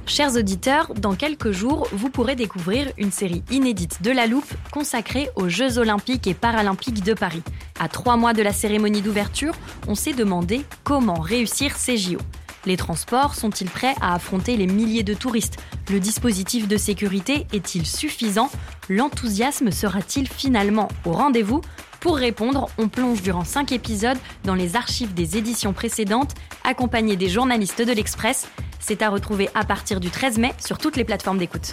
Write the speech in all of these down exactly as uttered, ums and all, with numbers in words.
Chers auditeurs, dans quelques jours, vous pourrez découvrir une série inédite de La Loupe consacrée aux Jeux Olympiques et Paralympiques de Paris. À trois mois de la cérémonie d'ouverture, on s'est demandé comment réussir ces J O. Les transports sont-ils prêts à affronter les milliers de touristes ? Le dispositif de sécurité est-il suffisant ? L'enthousiasme sera-t-il finalement au rendez-vous ? Pour répondre, on plonge durant cinq épisodes dans les archives des éditions précédentes, accompagnés des journalistes de l'Express. C'est à retrouver à partir du treize mai sur toutes les plateformes d'écoute.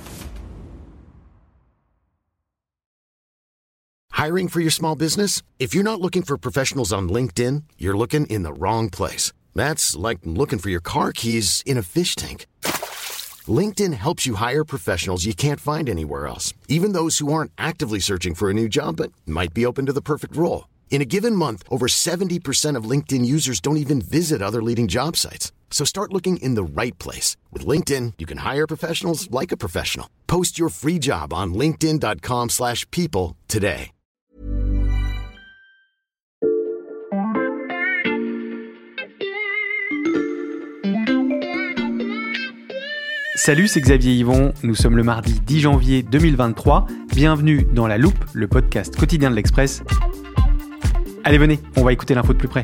Hiring for your small business? If you're not looking for professionals on LinkedIn, you're looking in the wrong place. That's like looking for your car keys in a fish tank. LinkedIn helps you hire professionals you can't find anywhere else, even those who aren't actively searching for a new job but might be open to the perfect role. In a given month, over seventy percent of LinkedIn users don't even visit other leading job sites. So start looking in the right place. With LinkedIn, you can hire professionals like a professional. Post your free job on linkedin.com slash people today. Salut, c'est Xavier Yvon, nous sommes le mardi dix janvier deux mille vingt-trois. Bienvenue dans La Loupe, le podcast quotidien de l'Express. Allez, venez, on va écouter l'info de plus près.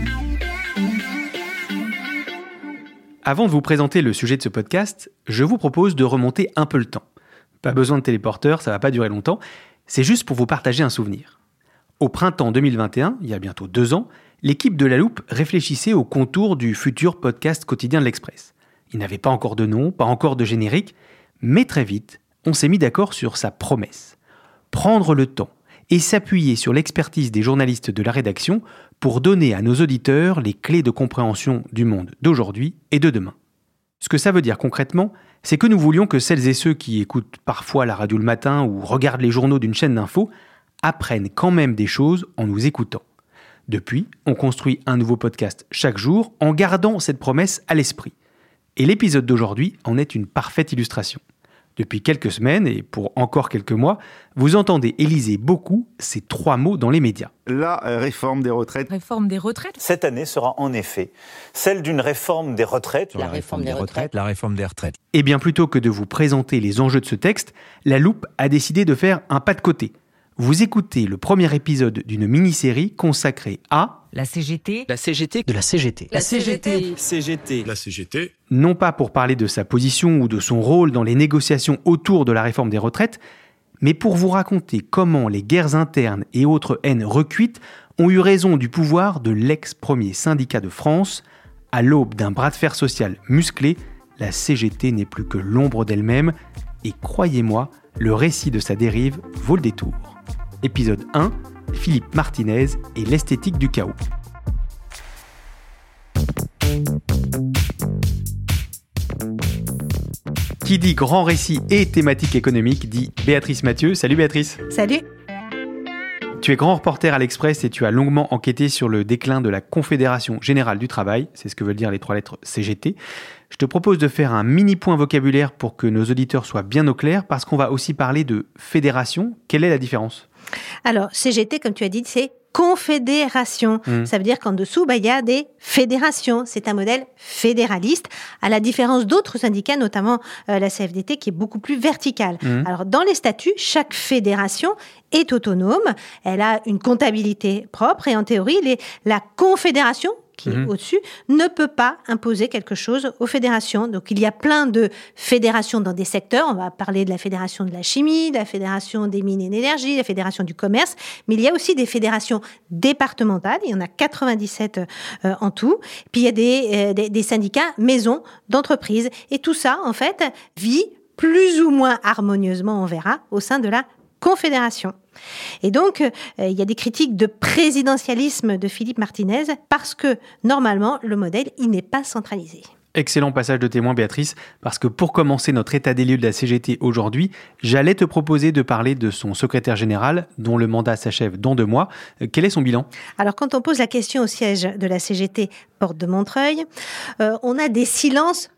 Avant de vous présenter le sujet de ce podcast, je vous propose de remonter un peu le temps. Pas besoin de téléporteur, ça va pas durer longtemps, c'est juste pour vous partager un souvenir. Au printemps deux mille vingt et un, il y a bientôt deux ans, l'équipe de La Loupe réfléchissait au contour du futur podcast quotidien de l'Express. Il n'avait pas encore de nom, pas encore de générique, mais très vite, on s'est mis d'accord sur sa promesse. Prendre le temps et s'appuyer sur l'expertise des journalistes de la rédaction pour donner à nos auditeurs les clés de compréhension du monde d'aujourd'hui et de demain. Ce que ça veut dire concrètement, c'est que nous voulions que celles et ceux qui écoutent parfois la radio le matin ou regardent les journaux d'une chaîne d'infos apprennent quand même des choses en nous écoutant. Depuis, on construit un nouveau podcast chaque jour en gardant cette promesse à l'esprit. Et l'épisode d'aujourd'hui en est une parfaite illustration. Depuis quelques semaines, et pour encore quelques mois, vous entendez et lisez beaucoup ces trois mots dans les médias. La réforme des retraites. Réforme des retraites. Cette année sera en effet celle d'une réforme des retraites. La réforme des retraites. La réforme des retraites. Et bien plutôt que de vous présenter les enjeux de ce texte, La Loupe a décidé de faire un pas de côté. Vous écoutez le premier épisode d'une mini-série consacrée à... La C G T. La C G T. De la C G T. La C G T. C G T. La C G T. Non pas pour parler de sa position ou de son rôle dans les négociations autour de la réforme des retraites, mais pour vous raconter comment les guerres internes et autres haines recuites ont eu raison du pouvoir de l'ex-premier syndicat de France. À l'aube d'un bras de fer social musclé, la C G T n'est plus que l'ombre d'elle-même, et croyez-moi, le récit de sa dérive vaut le détour. Épisode un, Philippe Martinez et l'esthétique du chaos. Qui dit grand récit et thématique économique dit Béatrice Mathieu. Salut Béatrice. Salut. Tu es grand reporter à l'Express et tu as longuement enquêté sur le déclin de la Confédération Générale du Travail, c'est ce que veulent dire les trois lettres C G T. Je te propose de faire un mini point vocabulaire pour que nos auditeurs soient bien au clair, parce qu'on va aussi parler de fédération. Quelle est la différence ? Alors, C G T, comme tu as dit, c'est confédération. Mmh. Ça veut dire qu'en dessous, bah, il y a des fédérations. C'est un modèle fédéraliste, à la différence d'autres syndicats, notamment euh, la C F D T, qui est beaucoup plus verticale. Mmh. Alors, dans les statuts, chaque fédération est autonome. Elle a une comptabilité propre et en théorie, les, la confédération, qui mmh. est au-dessus, ne peut pas imposer quelque chose aux fédérations. Donc, il y a plein de fédérations dans des secteurs. On va parler de la fédération de la chimie, de la fédération des mines et d'énergie, la fédération du commerce. Mais il y a aussi des fédérations départementales. Il y en a quatre-vingt-dix-sept euh, en tout. Puis, il y a des, euh, des, des syndicats maisons d'entreprise. Et tout ça, en fait, vit plus ou moins harmonieusement, on verra, au sein de la confédération. Et donc, euh, il y a des critiques de présidentialisme de Philippe Martinez parce que, normalement, le modèle, il n'est pas centralisé. Excellent passage de témoin, Béatrice, parce que pour commencer notre état des lieux de la C G T aujourd'hui, j'allais te proposer de parler de son secrétaire général, dont le mandat s'achève dans deux mois. Quel est son bilan ? Alors, quand on pose la question au siège de la C G T, porte de Montreuil, euh, on a des silences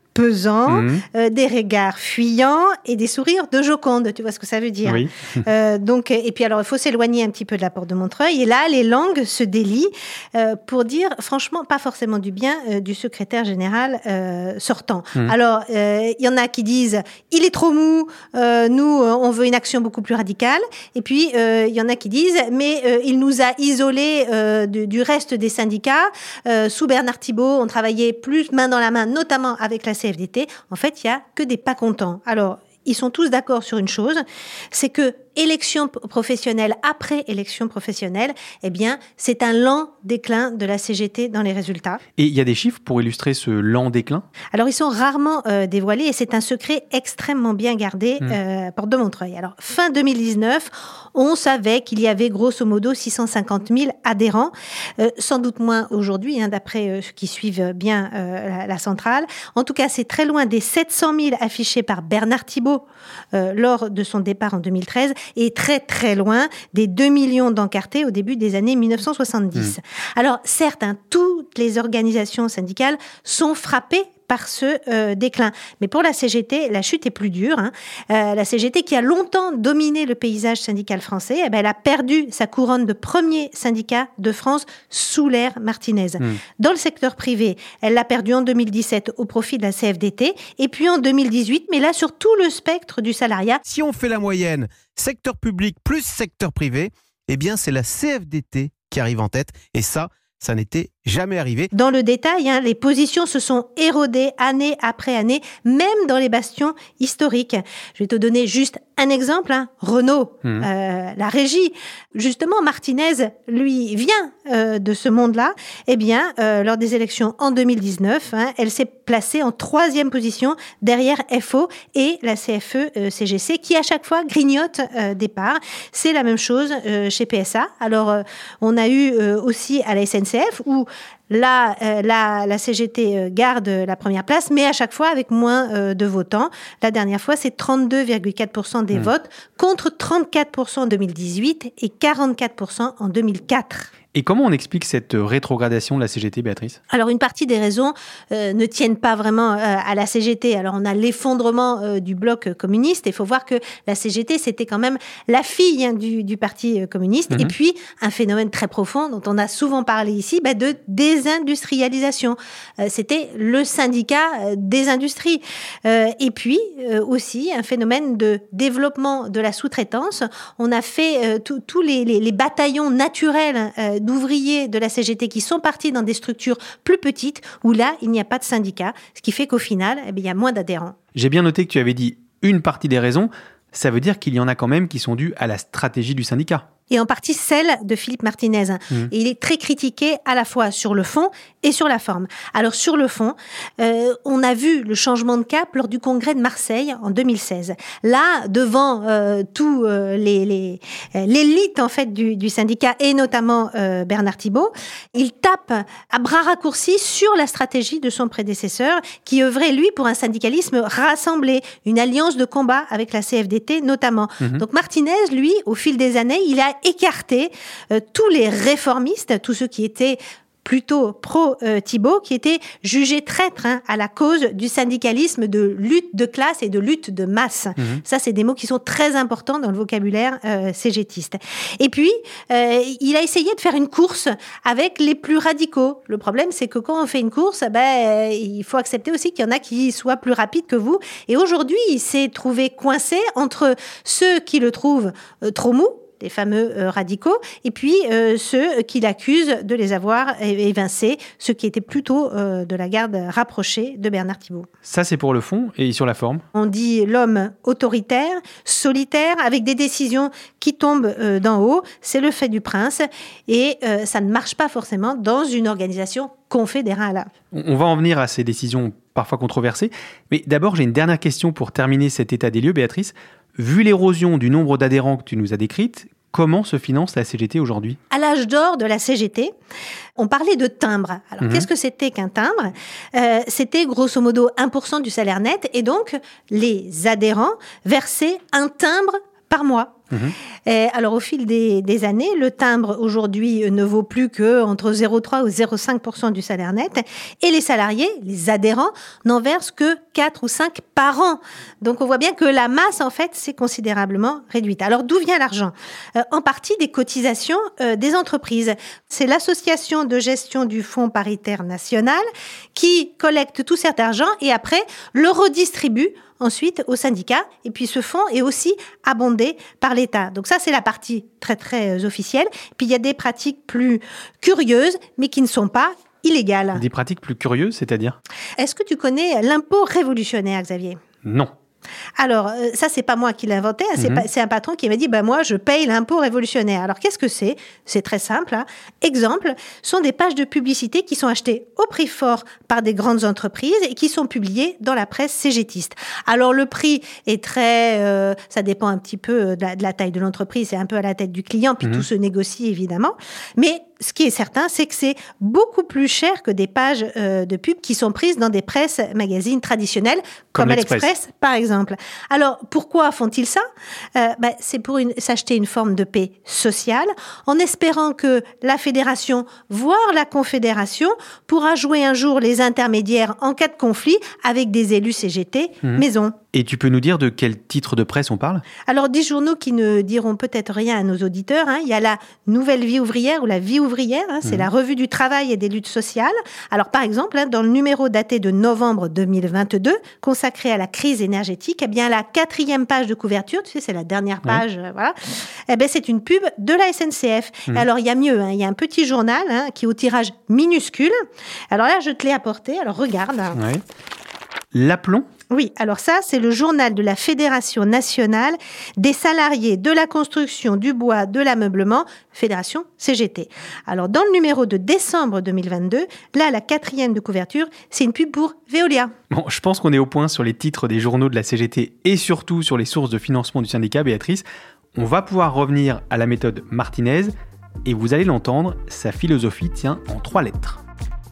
pesants, Mmh. euh, des regards fuyants et des sourires de Joconde. Tu vois ce que ça veut dire? Oui. Euh, donc, et puis alors, il faut s'éloigner un petit peu de la porte de Montreuil. Et là, les langues se délient euh, pour dire, franchement, pas forcément du bien euh, du secrétaire général euh, sortant. Mmh. Alors, il euh, y en a qui disent, il est trop mou, euh, nous, euh, on veut une action beaucoup plus radicale. Et puis, il euh, y en a qui disent, mais euh, il nous a isolés euh, du, du reste des syndicats. Euh, sous Bernard Thibault, on travaillait plus main dans la main, notamment avec la C F D T. En fait, il n'y a que des pas contents. Alors, ils sont tous d'accord sur une chose, c'est que élection professionnelle après élection professionnelle, eh bien, c'est un lent déclin de la C G T dans les résultats. Et il y a des chiffres pour illustrer ce lent déclin? Alors, ils sont rarement euh, dévoilés et c'est un secret extrêmement bien gardé, mmh. euh, porte de Montreuil. Alors, fin deux mille dix-neuf, on savait qu'il y avait grosso modo six cent cinquante mille adhérents, euh, sans doute moins aujourd'hui, hein, d'après euh, ceux qui suivent bien euh, la, la centrale. En tout cas, c'est très loin des sept cent mille affichés par Bernard Thibault euh, lors de son départ en deux mille treize et très très loin des deux millions d'encartés au début des années mille neuf cent soixante-dix. Mmh. Alors certes, hein, toutes les organisations syndicales sont frappées par ce euh, déclin. Mais pour la C G T, la chute est plus dure. Hein. Euh, la C G T, qui a longtemps dominé le paysage syndical français, eh ben, elle a perdu sa couronne de premier syndicat de France sous l'ère Martinez. Mmh. Dans le secteur privé, elle l'a perdu en deux mille dix-sept au profit de la C F D T, et puis en deux mille dix-huit, mais là sur tout le spectre du salariat. Si on fait la moyenne, secteur public plus secteur privé, eh bien c'est la C F D T qui arrive en tête, et ça, ça n'était jamais arrivé. Dans le détail, hein, les positions se sont érodées année après année, même dans les bastions historiques. Je vais te donner juste un exemple. Hein. Renault, mmh. euh, la régie. Justement, Martinez, lui, vient euh, de ce monde-là. Eh bien, euh, lors des élections en deux mille dix-neuf, hein, elle s'est placée en troisième position derrière F O et la C F E C G C, qui à chaque fois grignote euh, des parts. C'est la même chose euh, chez P S A. Alors, euh, on a eu euh, aussi à la S N C F où Là, euh, la, la C G T euh, garde la première place, mais à chaque fois avec moins euh, de votants. La dernière fois, c'est trente-deux virgule quatre pour cent des mmh. votes contre trente-quatre pour cent en deux mille dix-huit et quarante-quatre pour cent en deux mille quatre. Et comment on explique cette rétrogradation de la C G T, Béatrice? Alors, une partie des raisons euh, ne tiennent pas vraiment euh, à la C G T. Alors, on a l'effondrement euh, du bloc communiste. Il faut voir que la C G T, c'était quand même la fille hein, du, du Parti communiste. Mmh. Et puis, un phénomène très profond dont on a souvent parlé ici, bah, de désindustrialisation. Euh, c'était le syndicat euh, des industries. Euh, et puis, euh, aussi, un phénomène de développement de la sous-traitance. On a fait tous euh, les, les, les bataillons naturels euh, d'ouvriers de la C G T qui sont partis dans des structures plus petites où là, il n'y a pas de syndicat, ce qui fait qu'au final, eh bien, il y a moins d'adhérents. J'ai bien noté que tu avais dit une partie des raisons. Ça veut dire qu'il y en a quand même qui sont dues à la stratégie du syndicat. Et en partie celle de Philippe Martinez. Mmh. Et il est très critiqué à la fois sur le fond et sur la forme. Alors sur le fond, euh, on a vu le changement de cap lors du congrès de Marseille en deux mille seize. Là, devant euh, tout euh, les, les, euh, l'élite en fait du, du syndicat et notamment euh, Bernard Thibault, il tape à bras raccourcis sur la stratégie de son prédécesseur qui œuvrait lui pour un syndicalisme rassemblé, une alliance de combat avec la C F D T notamment. Mmh. Donc Martinez, lui, au fil des années, il a écarté euh, tous les réformistes, tous ceux qui étaient plutôt pro-Thibault, euh, qui étaient jugés traîtres hein, à la cause du syndicalisme de lutte de classe et de lutte de masse. Mmh. Ça, c'est des mots qui sont très importants dans le vocabulaire euh, cégétiste. Et puis, euh, il a essayé de faire une course avec les plus radicaux. Le problème, c'est que quand on fait une course, ben, euh, il faut accepter aussi qu'il y en a qui soient plus rapides que vous. Et aujourd'hui, il s'est trouvé coincé entre ceux qui le trouvent euh, trop mou, les fameux euh, radicaux, et puis euh, ceux qui l'accusent de les avoir évincés, ceux qui étaient plutôt euh, de la garde rapprochée de Bernard Thibault. Ça, c'est pour le fond, et sur la forme? On dit l'homme autoritaire, solitaire, avec des décisions qui tombent euh, d'en haut, c'est le fait du prince, et euh, ça ne marche pas forcément dans une organisation confédérale. On va en venir à ces décisions parfois controversées, mais d'abord, j'ai une dernière question pour terminer cet état des lieux, Béatrice. Vu l'érosion du nombre d'adhérents que tu nous as décrite, comment se finance la C G T aujourd'hui? À l'âge d'or de la C G T, on parlait de timbre. Alors, mmh. qu'est-ce que c'était qu'un timbre? euh, C'était grosso modo un pour cent du salaire net, et donc les adhérents versaient un timbre par mois. Mmh. Et alors, au fil des, des années, le timbre, aujourd'hui, ne vaut plus qu'entre zéro virgule trois ou zéro virgule cinq pour cent du salaire net. Et les salariés, les adhérents, n'en versent que quatre ou cinq par an. Donc, on voit bien que la masse, en fait, s'est considérablement réduite. Alors, d'où vient l'argent ? euh, En partie des cotisations euh, des entreprises. C'est l'association de gestion du Fonds paritaire national qui collecte tout cet argent et après le redistribue ensuite aux syndicats. Et puis ce fonds est aussi abondé par l'État. Donc ça, c'est la partie très, très officielle. Puis il y a des pratiques plus curieuses, mais qui ne sont pas illégales. Des pratiques plus curieuses, c'est-à-dire ? Est-ce que tu connais l'impôt révolutionnaire, Xavier ? Non. Alors, euh, ça, c'est pas moi qui l'ai inventé, hein, c'est, Mmh. pas, c'est un patron qui m'a dit, bah, moi, je paye l'impôt révolutionnaire. Alors, qu'est-ce que c'est ? C'est très simple. Hein. Exemple, sont des pages de publicité qui sont achetées au prix fort par des grandes entreprises et qui sont publiées dans la presse cégétiste. Alors, le prix est très... Euh, ça dépend un petit peu de la, de la taille de l'entreprise, c'est un peu à la tête du client, puis mmh. tout se négocie, évidemment. Mais ce qui est certain, c'est que c'est beaucoup plus cher que des pages euh, de pub qui sont prises dans des presses, magazines traditionnels, comme, comme l'Express. l'Express, par exemple. Alors, pourquoi font-ils ça ? euh, bah, C'est pour une, s'acheter une forme de paix sociale, en espérant que la fédération, voire la confédération, pourra jouer un jour les intermédiaires en cas de conflit avec des élus C G T mmh. maison. Et tu peux nous dire de quel titre de presse on parle ? Alors, des journaux qui ne diront peut-être rien à nos auditeurs. Hein. Il y a la Nouvelle Vie ouvrière ou la Vie ouvrière. Hein. C'est mmh. la revue du travail et des luttes sociales. Alors, par exemple, hein, dans le numéro daté de novembre deux mille vingt-deux, consacré à la crise énergétique, eh bien, la quatrième page de couverture, tu sais, c'est la dernière page, oui. euh, voilà. Eh bien, c'est une pub de la S N C F. Mmh. Alors, il y a mieux. Hein. Il y a un petit journal hein, qui est au tirage minuscule. Alors là, je te l'ai apporté. Alors, regarde. Oui. L'aplomb ? Oui, alors ça, c'est le journal de la Fédération nationale des salariés de la construction, du bois, de l'ameublement, Fédération C G T. Alors, dans le numéro de décembre deux mille vingt-deux, là, la quatrième de couverture, c'est une pub pour Veolia. Bon, je pense qu'on est au point sur les titres des journaux de la C G T et surtout sur les sources de financement du syndicat, Béatrice. On va pouvoir revenir à la méthode Martinez et vous allez l'entendre, sa philosophie tient en trois lettres.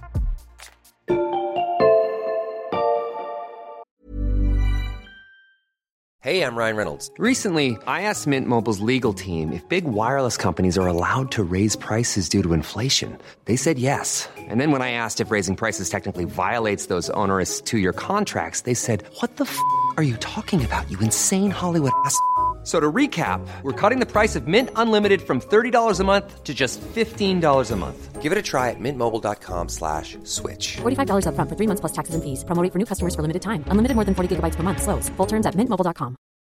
Hey, I'm Ryan Reynolds. Recently, I asked Mint Mobile's legal team if big wireless companies are allowed to raise prices due to inflation. They said yes. And then when I asked if raising prices technically violates those onerous two-year contracts, they said, what the f*** are you talking about, you insane Hollywood ass f- So to recap, we're cutting the price of Mint Unlimited from thirty dollars a month to just fifteen dollars a month. Give it a try at mintmobile.com slash switch. forty-five dollars up front for three months plus taxes and fees. Promo rate for new customers for limited time. Unlimited more than forty gigabytes per month. Slows full terms at mint mobile dot com.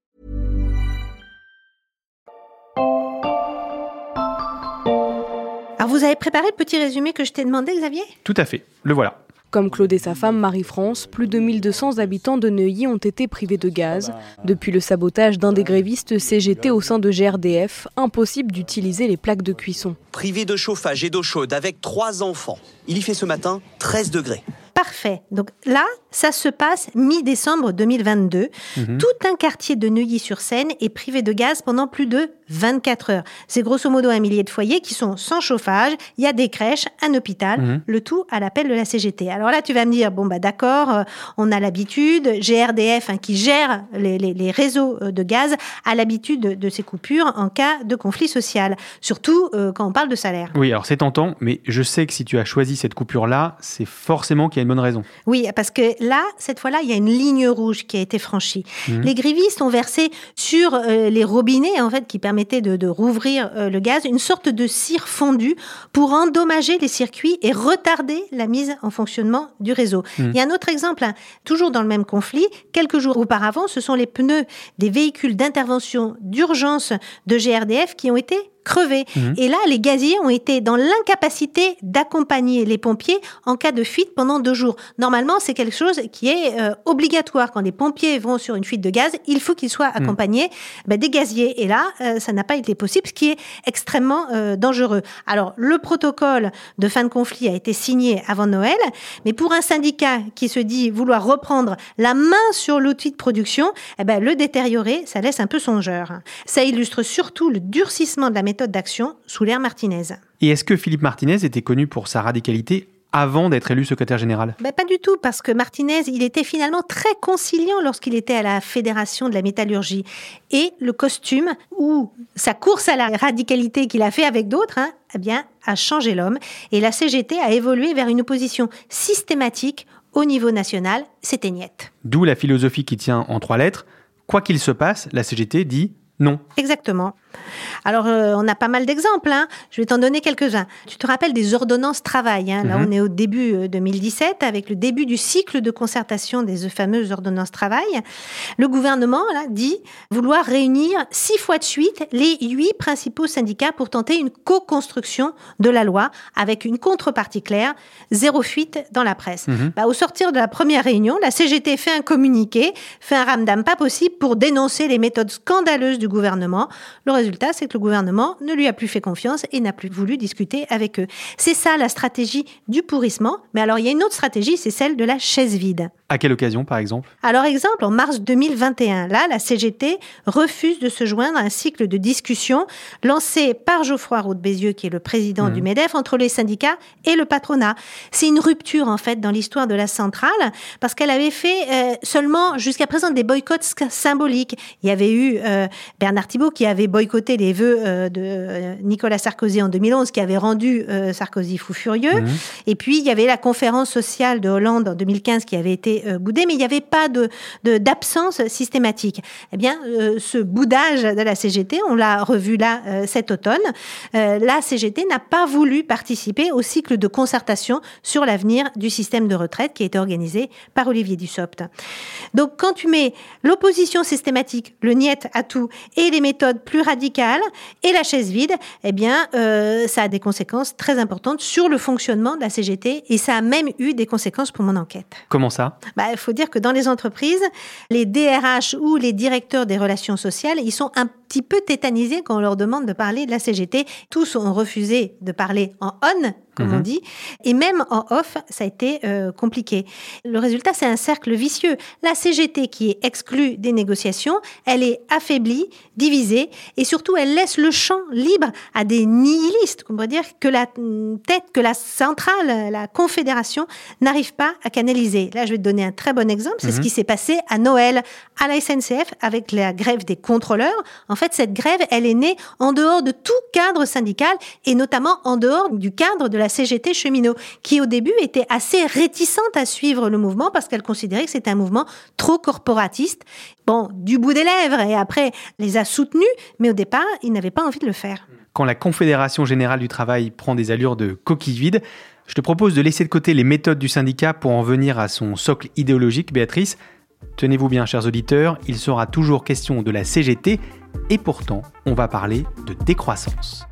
Alors, vous avez préparé le petit résumé que je t'ai demandé, Xavier ? Tout à fait, le voilà. Comme Claude et sa femme Marie-France, plus de mille deux cents habitants de Neuilly ont été privés de gaz. Depuis le sabotage d'un des grévistes C G T au sein de G R D F, impossible d'utiliser les plaques de cuisson. Privé de chauffage et d'eau chaude avec trois enfants. Il y fait ce matin treize degrés. Parfait. Donc là, ça se passe mi-décembre deux mille vingt-deux. Mmh. Tout un quartier de Neuilly-sur-Seine est privé de gaz pendant plus de vingt-quatre heures. C'est grosso modo un millier de foyers qui sont sans chauffage. Il y a des crèches, un hôpital, mmh. le tout à l'appel de la C G T. Alors là, tu vas me dire, bon bah d'accord, euh, on a l'habitude. G R D F, hein, qui gère les, les, les réseaux de gaz, a l'habitude de, de ces coupures en cas de conflit social. Surtout euh, quand on parle de salaire. Oui, alors c'est tentant, mais je sais que si tu as choisi cette coupure-là, c'est forcément qu'il y a une bonne raison. Oui, parce que là, cette fois-là, il y a une ligne rouge qui a été franchie. Mmh. Les grévistes ont versé sur euh, les robinets, en fait, qui permettaient de, de rouvrir euh, le gaz, une sorte de cire fondue pour endommager les circuits et retarder la mise en fonctionnement du réseau. Mmh. Il y a un autre exemple, hein, toujours dans le même conflit. Quelques jours auparavant, ce sont les pneus des véhicules d'intervention d'urgence de G R D F qui ont été crevés. Mmh. Et là, les gaziers ont été dans l'incapacité d'accompagner les pompiers en cas de fuite pendant deux jours. Normalement, c'est quelque chose qui est euh, obligatoire. Quand les pompiers vont sur une fuite de gaz, il faut qu'ils soient accompagnés mmh. ben, des gaziers. Et là, euh, ça n'a pas été possible, ce qui est extrêmement euh, dangereux. Alors, le protocole de fin de conflit a été signé avant Noël, mais pour un syndicat qui se dit vouloir reprendre la main sur l'outil de production, eh ben, le détériorer, ça laisse un peu songeur. Ça illustre surtout le durcissement de la méthode d'action sous l'ère Martinez. Et est-ce que Philippe Martinez était connu pour sa radicalité avant d'être élu secrétaire général? Ben, pas du tout, parce que Martinez, il était finalement très conciliant lorsqu'il était à la Fédération de la métallurgie. Et le costume, ou sa course à la radicalité qu'il a fait avec d'autres, hein, eh bien, a changé l'homme. Et la C G T a évolué vers une opposition systématique au niveau national. C'était niette. D'où la philosophie qui tient en trois lettres. Quoi qu'il se passe, la C G T dit non. Exactement. Alors, euh, on a pas mal d'exemples. Hein. Je vais t'en donner quelques-uns. Tu te rappelles des ordonnances travail. Hein. Là, mm-hmm. on est au début euh, deux mille dix-sept, avec le début du cycle de concertation des fameuses ordonnances travail. Le gouvernement là, dit vouloir réunir six fois de suite les huit principaux syndicats pour tenter une co-construction de la loi, avec une contrepartie claire, zéro fuite dans la presse. Mm-hmm. Bah, au sortir de la première réunion, la C G T fait un communiqué, fait un ramdam pas possible pour dénoncer les méthodes scandaleuses du gouvernement. Le résultat, c'est que le gouvernement ne lui a plus fait confiance et n'a plus voulu discuter avec eux. C'est ça la stratégie du pourrissement. Mais alors, il y a une autre stratégie, c'est celle de la chaise vide. À quelle occasion, par exemple ? Alors, exemple, en mars deux mille vingt et un, là, la C G T refuse de se joindre à un cycle de discussion lancé par Geoffroy Roux de Bézieux, qui est le président mmh. du MEDEF, entre les syndicats et le patronat. C'est une rupture, en fait, dans l'histoire de la centrale, parce qu'elle avait fait euh, seulement, jusqu'à présent, des boycotts symboliques. Il y avait eu euh, Bernard Thibault qui avait boycotté les vœux euh, de euh, Nicolas Sarkozy en deux mille onze, qui avait rendu euh, Sarkozy fou furieux. Mmh. Et puis, il y avait la conférence sociale de Hollande en deux mille quinze qui avait été euh, boudée, mais il n'y avait pas de, de, d'absence systématique. Eh bien, euh, ce boudage de la C G T, on l'a revu là euh, cet automne. Euh, la C G T n'a pas voulu participer au cycle de concertation sur l'avenir du système de retraite qui a été organisé par Olivier Dussopt. Donc, quand tu mets l'opposition systématique, le niet à tout, et les méthodes plus radicales, et la chaise vide, eh bien, euh, ça a des conséquences très importantes sur le fonctionnement de la C G T, et ça a même eu des conséquences pour mon enquête. Comment ça ? Bah, il faut dire que dans les entreprises, les D R H ou les directeurs des relations sociales, ils sont un petit peu tétanisés quand on leur demande de parler de la C G T. Tous ont refusé de parler en on, comme mmh. on dit, et même en off, ça a été euh, compliqué. Le résultat, c'est un cercle vicieux. La C G T qui est exclue des négociations, elle est affaiblie, divisée, et surtout, elle laisse le champ libre à des nihilistes, on pourrait dire, que la tête, que la centrale, la confédération, n'arrive pas à canaliser. Là, je vais te donner un très bon exemple, c'est mmh. ce qui s'est passé à Noël, à la S N C F, avec la grève des contrôleurs. En fait, cette grève, elle est née en dehors de tout cadre syndical, et notamment en dehors du cadre de la C G T cheminot, qui au début était assez réticente à suivre le mouvement parce qu'elle considérait que c'était un mouvement trop corporatiste. Bon, du bout des lèvres, et après les a soutenus, mais au départ, ils n'avaient pas envie de le faire. Quand la Confédération Générale du Travail prend des allures de coquille vide, je te propose de laisser de côté les méthodes du syndicat pour en venir à son socle idéologique, Béatrice. Tenez-vous bien, chers auditeurs, il sera toujours question de la C G T, et pourtant, on va parler de décroissance.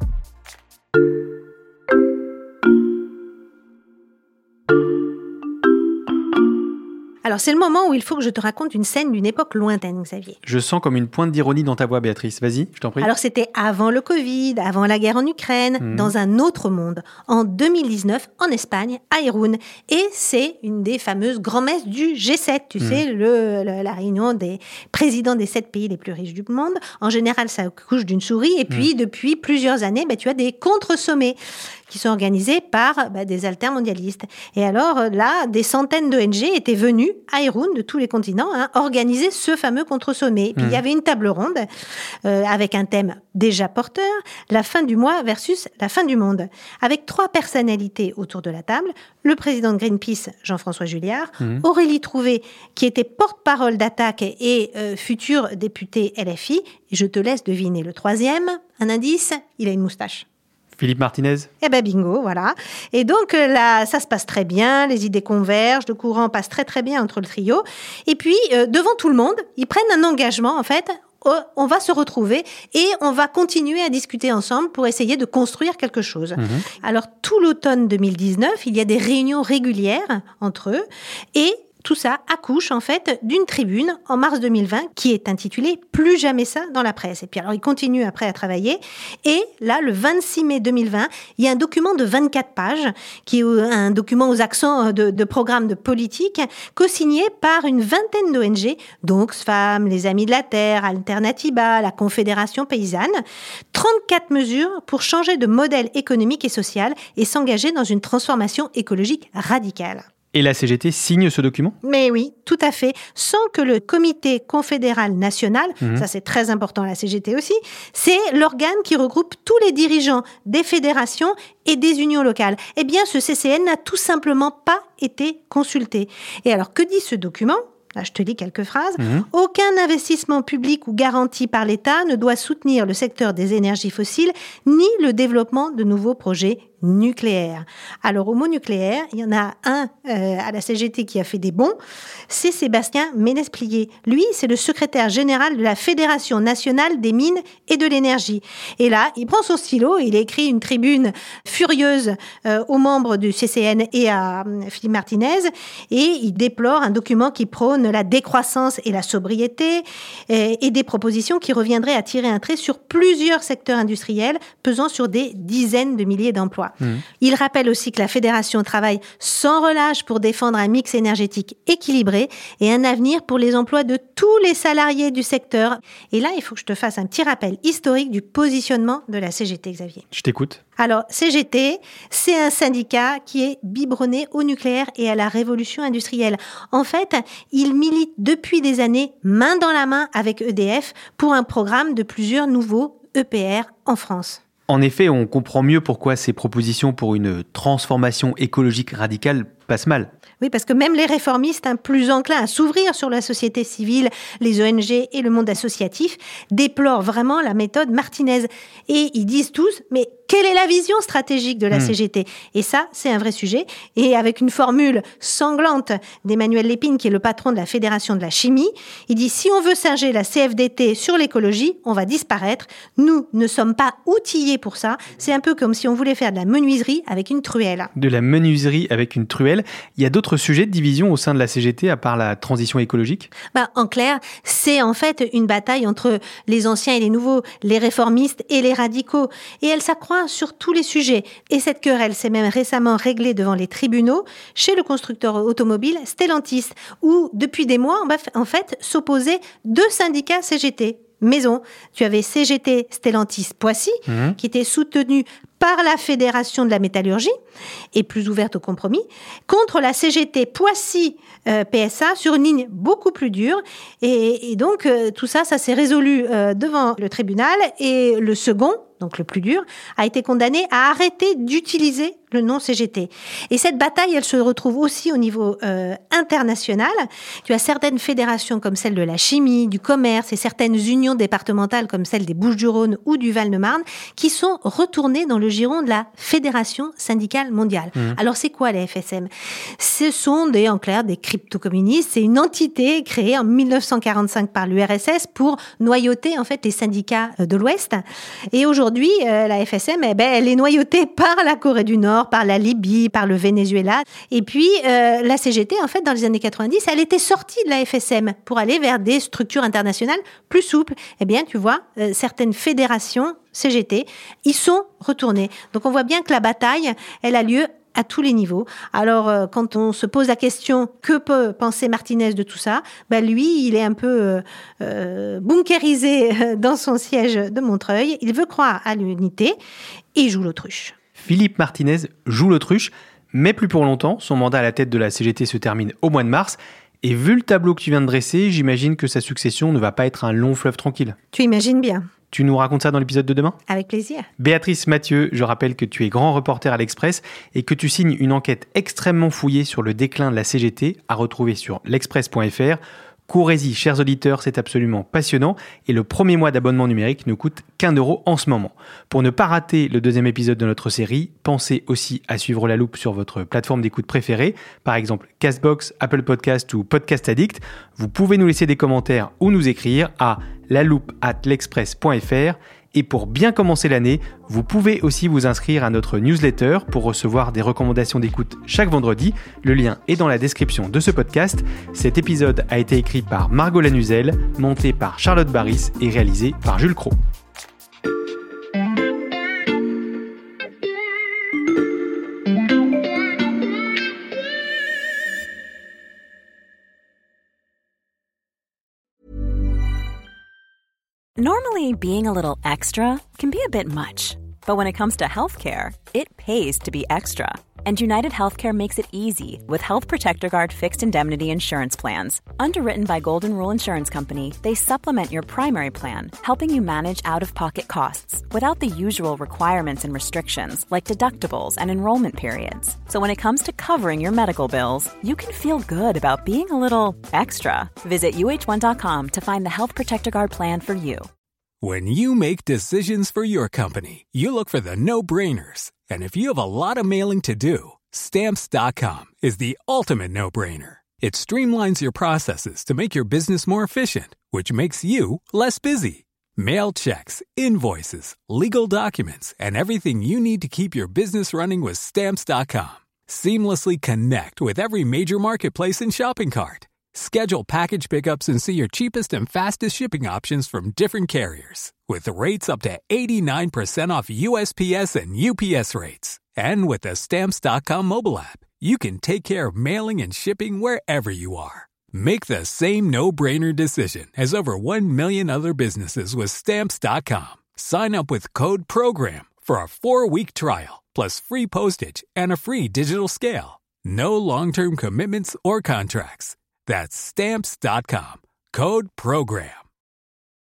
Alors, c'est le moment où il faut que je te raconte une scène d'une époque lointaine, Xavier. Je sens comme une pointe d'ironie dans ta voix, Béatrice. Vas-y, je t'en prie. Alors, c'était avant le Covid, avant la guerre en Ukraine, mmh. dans un autre monde, en deux mille dix-neuf, en Espagne, à Irún. Et c'est une des fameuses grand-messes du G sept, tu mmh. sais, le, le, la réunion des présidents des sept pays les plus riches du monde. En général, ça accouche d'une souris. Et puis, mmh. depuis plusieurs années, bah, tu as des contre-sommets qui sont organisés par bah, des altermondialistes. Et alors là, des centaines d'O N G étaient venus à Irún, de tous les continents, hein, organiser ce fameux contre-sommet. Puis mmh. il y avait une table ronde euh, avec un thème déjà porteur, la fin du mois versus la fin du monde, avec trois personnalités autour de la table, le président de Greenpeace, Jean-François Juillard, mmh. Aurélie Trouvé, qui était porte-parole d'Attaque et euh, future députée L F I, et je te laisse deviner le troisième, un indice, il a une moustache. Philippe Martinez ? Eh ben bingo, voilà. Et donc là, ça se passe très bien, les idées convergent, le courant passe très très bien entre le trio. Et puis, euh, devant tout le monde, ils prennent un engagement, en fait, on va se retrouver et on va continuer à discuter ensemble pour essayer de construire quelque chose. Mmh. Alors, tout l'automne deux mille dix-neuf, il y a des réunions régulières entre eux et tout ça accouche en fait d'une tribune en mars deux mille vingt qui est intitulée « Plus jamais ça » dans la presse. Et puis alors, il continue après à travailler. Et là, le vingt-six mai deux mille vingt, il y a un document de vingt-quatre pages, qui est un document aux accents de, de programme de politique, co-signé par une vingtaine d'O N G, dont Oxfam, les Amis de la Terre, Alternatiba, la Confédération paysanne. trente-quatre mesures pour changer de modèle économique et social et s'engager dans une transformation écologique radicale. Et la C G T signe ce document ? Mais oui, tout à fait. Sans que le comité confédéral national, mmh. ça c'est très important, la C G T aussi, c'est l'organe qui regroupe tous les dirigeants des fédérations et des unions locales. Eh bien, ce C C N n'a tout simplement pas été consulté. Et alors, que dit ce document ? Là, je te lis quelques phrases. Mmh. Aucun investissement public ou garanti par l'État ne doit soutenir le secteur des énergies fossiles ni le développement de nouveaux projets nucléaire. Alors, au mot nucléaire, il y en a un euh, à la C G T qui a fait des bons, c'est Sébastien Ménesplier. Lui, c'est le secrétaire général de la Fédération nationale des mines et de l'énergie. Et là, il prend son stylo, il écrit une tribune furieuse euh, aux membres du C C N et à euh, Philippe Martinez, et il déplore un document qui prône la décroissance et la sobriété, et, et des propositions qui reviendraient à tirer un trait sur plusieurs secteurs industriels, pesant sur des dizaines de milliers d'emplois. Mmh. Il rappelle aussi que la Fédération travaille sans relâche pour défendre un mix énergétique équilibré et un avenir pour les emplois de tous les salariés du secteur. Et là, il faut que je te fasse un petit rappel historique du positionnement de la C G T, Xavier. Je t'écoute. Alors, C G T, c'est un syndicat qui est biberonné au nucléaire et à la révolution industrielle. En fait, il milite depuis des années, main dans la main avec E D F, pour un programme de plusieurs nouveaux E P R en France. En effet, on comprend mieux pourquoi ces propositions pour une transformation écologique radicale passent mal. Oui, parce que même les réformistes, hein, plus enclins à s'ouvrir sur la société civile, les O N G et le monde associatif, déplorent vraiment la méthode Martinez. Et ils disent tous, mais quelle est la vision stratégique de la mmh. C G T ? Et ça, c'est un vrai sujet. Et avec une formule sanglante d'Emmanuel Lépine, qui est le patron de la Fédération de la chimie, il dit, si on veut singer la C F D T sur l'écologie, on va disparaître. Nous ne sommes pas outillés pour ça. C'est un peu comme si on voulait faire de la menuiserie avec une truelle. De la menuiserie avec une truelle. Il y a d'autres sujets de division au sein de la C G T à part la transition écologique ? Bah, en clair, c'est en fait une bataille entre les anciens et les nouveaux, les réformistes et les radicaux. Et elle s'accroît sur tous les sujets. Et cette querelle s'est même récemment réglée devant les tribunaux chez le constructeur automobile Stellantis, où depuis des mois, on va en fait s'opposer deux syndicats C G T. Maison, tu avais C G T Stellantis Poissy, mmh. qui était soutenu par la Fédération de la métallurgie et plus ouverte au compromis, contre la C G T Poissy euh, P S A sur une ligne beaucoup plus dure. Et, et donc, euh, tout ça, ça s'est résolu euh, devant le tribunal. Et le second, donc le plus dur, a été condamné à arrêter d'utiliser le nom C G T. Et cette bataille, elle se retrouve aussi au niveau euh, international. Tu as certaines fédérations comme celle de la chimie, du commerce et certaines unions départementales comme celle des Bouches-du-Rhône ou du Val-de-Marne qui sont retournées dans le giron de la Fédération syndicale mondiale. Mmh. Alors, c'est quoi les F S M ? Ce sont des, en clair, des crypto-communistes. C'est une entité créée en dix-neuf cent quarante-cinq par l'U R S S pour noyauter, en fait, les syndicats de l'Ouest. Et aujourd'hui, euh, la F S M, eh ben, elle est noyautée par la Corée du Nord, par la Libye, par le Venezuela. Et puis, euh, la C G T, en fait, dans les années quatre-vingt-dix, elle était sortie de la F S M pour aller vers des structures internationales plus souples. Eh bien, tu vois, euh, certaines fédérations C G T, ils sont retournés. Donc, on voit bien que la bataille, elle a lieu à tous les niveaux. Alors, euh, quand on se pose la question, que peut penser Martinez de tout ça ? Ben, lui, il est un peu euh, euh, bunkérisé dans son siège de Montreuil. Il veut croire à l'unité et il joue l'autruche. Philippe Martinez joue l'autruche, mais plus pour longtemps. Son mandat à la tête de la C G T se termine au mois de mars. Et vu le tableau que tu viens de dresser, j'imagine que sa succession ne va pas être un long fleuve tranquille. Tu imagines bien. Tu nous racontes ça dans l'épisode de demain ? Avec plaisir. Béatrice Mathieu, je rappelle que tu es grand reporter à l'Express et que tu signes une enquête extrêmement fouillée sur le déclin de la C G T à retrouver sur l'express point f r. Courez-y, chers auditeurs, c'est absolument passionnant et le premier mois d'abonnement numérique ne coûte qu'un euro en ce moment. Pour ne pas rater le deuxième épisode de notre série, pensez aussi à suivre La Loupe sur votre plateforme d'écoute préférée, par exemple Castbox, Apple Podcast ou Podcast Addict. Vous pouvez nous laisser des commentaires ou nous écrire à la loupe arobase l'express point f r. Et pour bien commencer l'année, vous pouvez aussi vous inscrire à notre newsletter pour recevoir des recommandations d'écoute chaque vendredi. Le lien est dans la description de ce podcast. Cet épisode a été écrit par Margot Lanuzel, monté par Charlotte Baris et réalisé par Jules Cros. Normally, being a little extra can be a bit much, but when it comes to healthcare, it pays to be extra. And United Healthcare makes it easy with Health Protector Guard fixed indemnity insurance plans. Underwritten by Golden Rule Insurance Company, they supplement your primary plan, helping you manage out-of-pocket costs without the usual requirements and restrictions like deductibles and enrollment periods. So when it comes to covering your medical bills, you can feel good about being a little extra. Visit U H one dot com to find the Health Protector Guard plan for you. When you make decisions for your company, you look for the no-brainers. And if you have a lot of mailing to do, Stamps dot com is the ultimate no-brainer. It streamlines your processes to make your business more efficient, which makes you less busy. Mail checks, invoices, legal documents, and everything you need to keep your business running with Stamps dot com. Seamlessly connect with every major marketplace and shopping cart. Schedule package pickups and see your cheapest and fastest shipping options from different carriers. With rates up to eighty-nine percent off U S P S and U P S rates. And with the Stamps dot com mobile app, you can take care of mailing and shipping wherever you are. Make the same no-brainer decision as over one million other businesses with Stamps dot com. Sign up with code PROGRAM for a four-week trial, plus free postage and a free digital scale. No long-term commitments or contracts. That's Stamps dot com. Code PROGRAM.